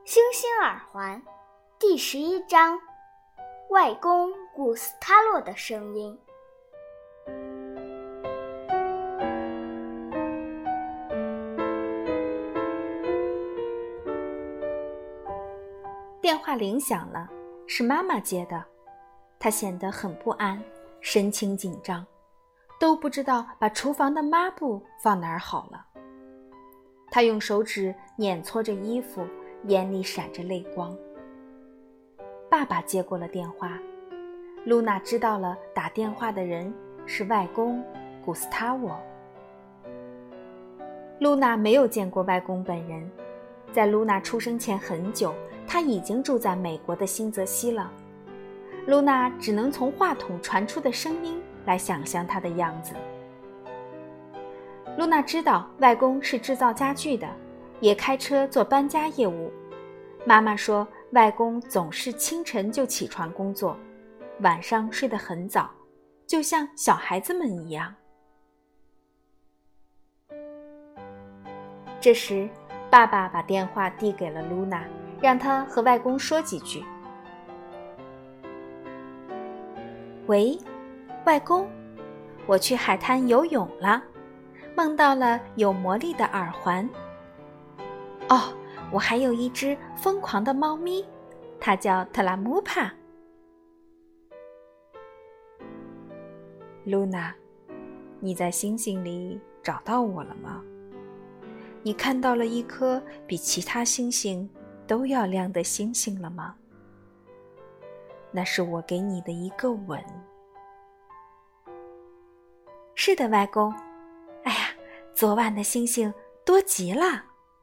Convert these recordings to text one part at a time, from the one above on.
星星耳环第11章，外公古斯塔洛的声音。 电话铃响了，是妈妈接的。她显得很不安，神情紧张，都不知道把厨房的抹布放哪儿好了。她用手指碾搓着衣服，眼里闪着泪光。爸爸接过了电话，露娜知道了打电话的人是外公古斯塔沃。露娜没有见过外公本人，在露娜出生前很久，他已经住在美国的新泽西了。露娜只能从话筒传出的声音来想象他的样子。露娜知道外公是制造家具的，也开车做搬家业务。妈妈说外公总是清晨就起床工作，晚上睡得很早，就像小孩子们一样。这时爸爸把电话递给了露娜，让她和外公说几句。喂，外公，我去海滩游泳了，梦到了有魔力的耳环。哦，我还有一只疯狂的猫咪，它叫特拉姆帕。露娜，你在星星里找到我了吗？你看到了一颗比其他星星都要亮的星星了吗？那是我给你的一个吻。是的，外公。哎呀，昨晚的星星多极了。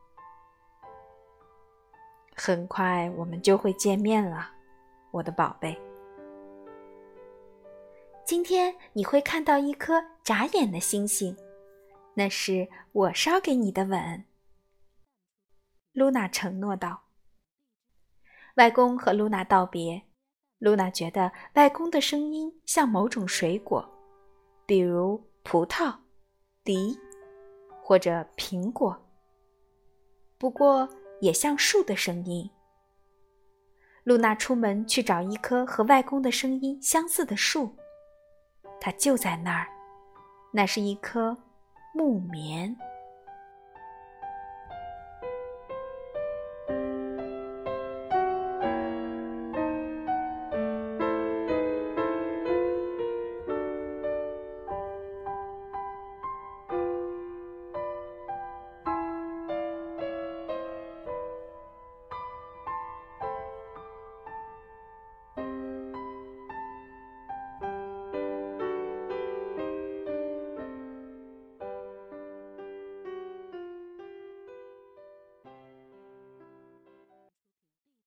很快我们就会见面了，我的宝贝。今天你会看到一颗眨眼的星星，那是我捎给你的吻。露娜承诺道。外公和露娜道别，露娜觉得外公的声音像某种水果，比如葡萄、梨或者苹果，不过也像树的声音。露娜出门去找一棵和外公的声音相似的树，它就在那儿，那是一棵木棉。